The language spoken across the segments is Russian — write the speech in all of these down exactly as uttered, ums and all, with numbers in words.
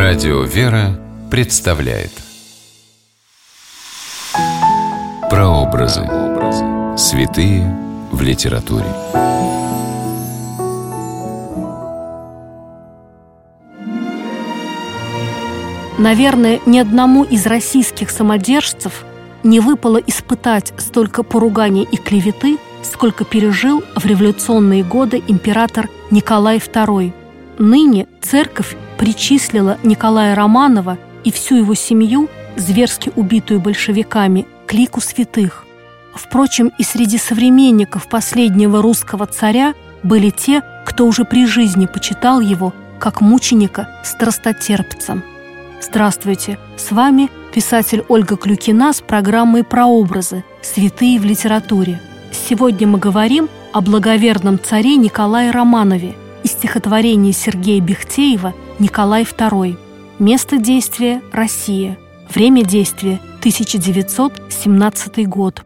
Радио «Вера» представляет Прообразы. Святые в литературе. Наверное, ни одному из российских самодержцев не выпало испытать столько поруганий и клеветы, сколько пережил в революционные годы император Николай второй. Ныне церковь причислила Николая Романова и всю его семью, зверски убитую большевиками, к лику святых. Впрочем, и среди современников последнего русского царя были те, кто уже при жизни почитал его как мученика-страстотерпца. Здравствуйте! С вами писатель Ольга Клюкина с программой «Прообразы. Святые в литературе». Сегодня мы говорим о благоверном царе Николае Романове из стихотворения Сергея Бехтеева «Николай второй». Место действия – Россия. Время действия – тысяча девятьсот семнадцатый год.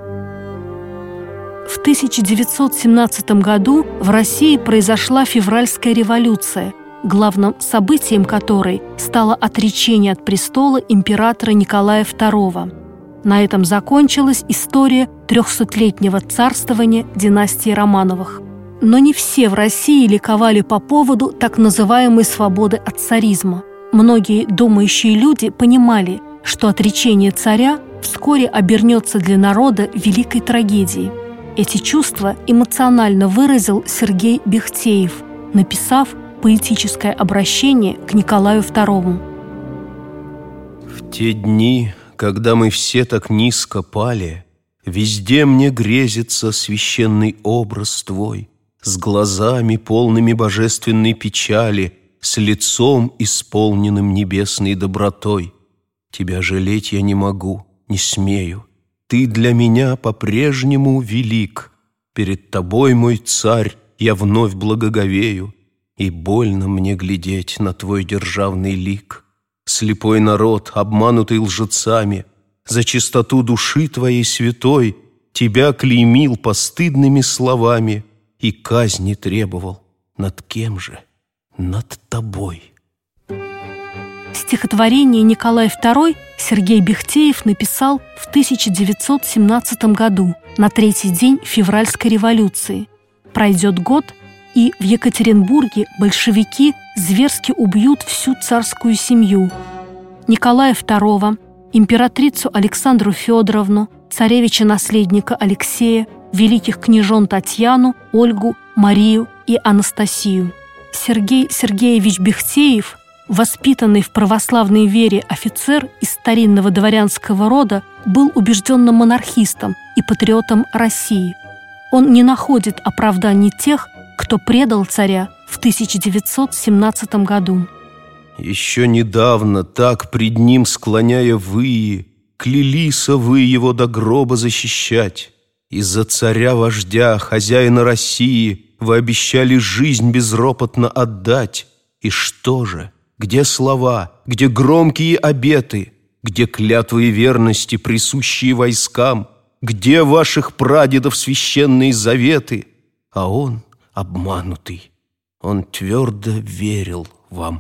В тысяча девятьсот семнадцатом году в России произошла февральская революция, главным событием которой стало отречение от престола императора Николая второго. На этом закончилась история трехсотлетнего царствования династии Романовых. Но не все в России ликовали по поводу так называемой свободы от царизма. Многие думающие люди понимали, что отречение царя вскоре обернется для народа великой трагедией. Эти чувства эмоционально выразил Сергей Бехтеев, написав поэтическое обращение к Николаю второму. В те дни, когда мы все так низко пали, везде мне грезится священный образ твой, с глазами, полными божественной печали, с лицом, исполненным небесной добротой. Тебя жалеть я не могу, не смею. Ты для меня по-прежнему велик. Перед тобой, мой царь, я вновь благоговею, и больно мне глядеть на твой державный лик. Слепой народ, обманутый лжецами, за чистоту души твоей святой тебя клеймил постыдными словами и казни требовал. Над кем же? Над тобой. Стихотворение «Николай второй» Сергей Бехтеев написал в тысяча девятьсот семнадцатом году, на третий день февральской революции. Пройдет год, и в Екатеринбурге большевики зверски убьют всю царскую семью. Николая второго, императрицу Александру Федоровну, царевича-наследника Алексея, великих княжон Татьяну, Ольгу, Марию и Анастасию. Сергей Сергеевич Бехтеев, воспитанный в православной вере офицер из старинного дворянского рода, был убежденным монархистом и патриотом России. Он не находит оправданий тех, кто предал царя в тысяча девятьсот семнадцатом году. Еще недавно, так пред ним склоняя выи, клялися вы его до гроба защищать. Из-за царя-вождя, хозяина России, вы обещали жизнь безропотно отдать. И что же? Где слова? Где громкие обеты? Где клятвы и верности, присущие войскам? Где ваших прадедов священные заветы? А он, обманутый, он твердо верил вам.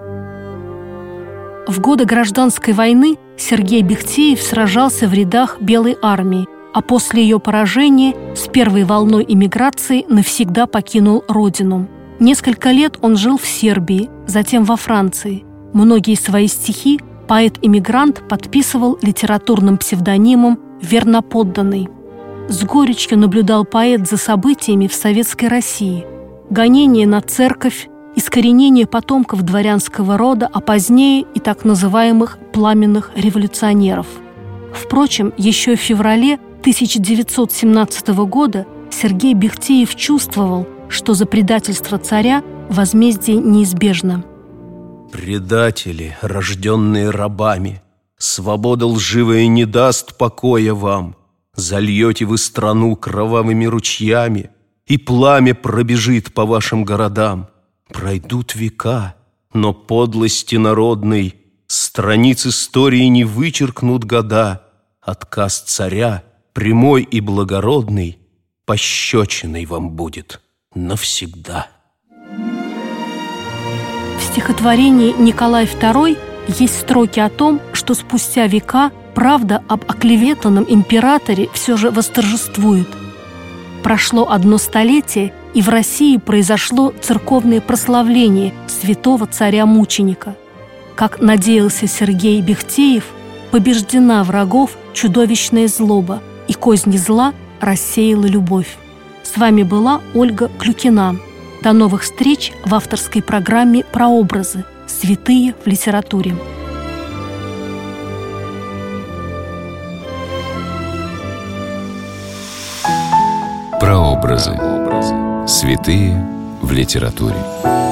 В годы гражданской войны Сергей Бехтеев сражался в рядах Белой армии, а после ее поражения с первой волной эмиграции навсегда покинул родину. Несколько лет он жил в Сербии, затем во Франции. Многие свои стихи поэт-эмигрант подписывал литературным псевдонимом «Верноподданный». С горечью наблюдал поэт за событиями в советской России. Гонение на церковь, искоренение потомков дворянского рода, а позднее и так называемых пламенных революционеров. Впрочем, еще в феврале тысяча девятьсот семнадцатого года Сергей Бехтеев чувствовал, что за предательство царя возмездие неизбежно. «Предатели, рожденные рабами, свобода лживая не даст покоя вам. Зальете вы страну кровавыми ручьями, и пламя пробежит по вашим городам. Пройдут века, но подлости народной страниц истории не вычеркнут года. Отказ царя, прямой и благородный, пощечиной вам будет навсегда». В стихотворении «Николай второй» есть строки о том, что спустя века правда об оклеветанном императоре все же восторжествует. Прошло одно столетие, и в России произошло церковное прославление святого царя-мученика. Как надеялся Сергей Бехтеев, побеждена врагов чудовищная злоба, и козни зла рассеяла любовь. С вами была Ольга Клюкина. До новых встреч в авторской программе «Прообразы. Святые в литературе». Прообразы. Святые в литературе.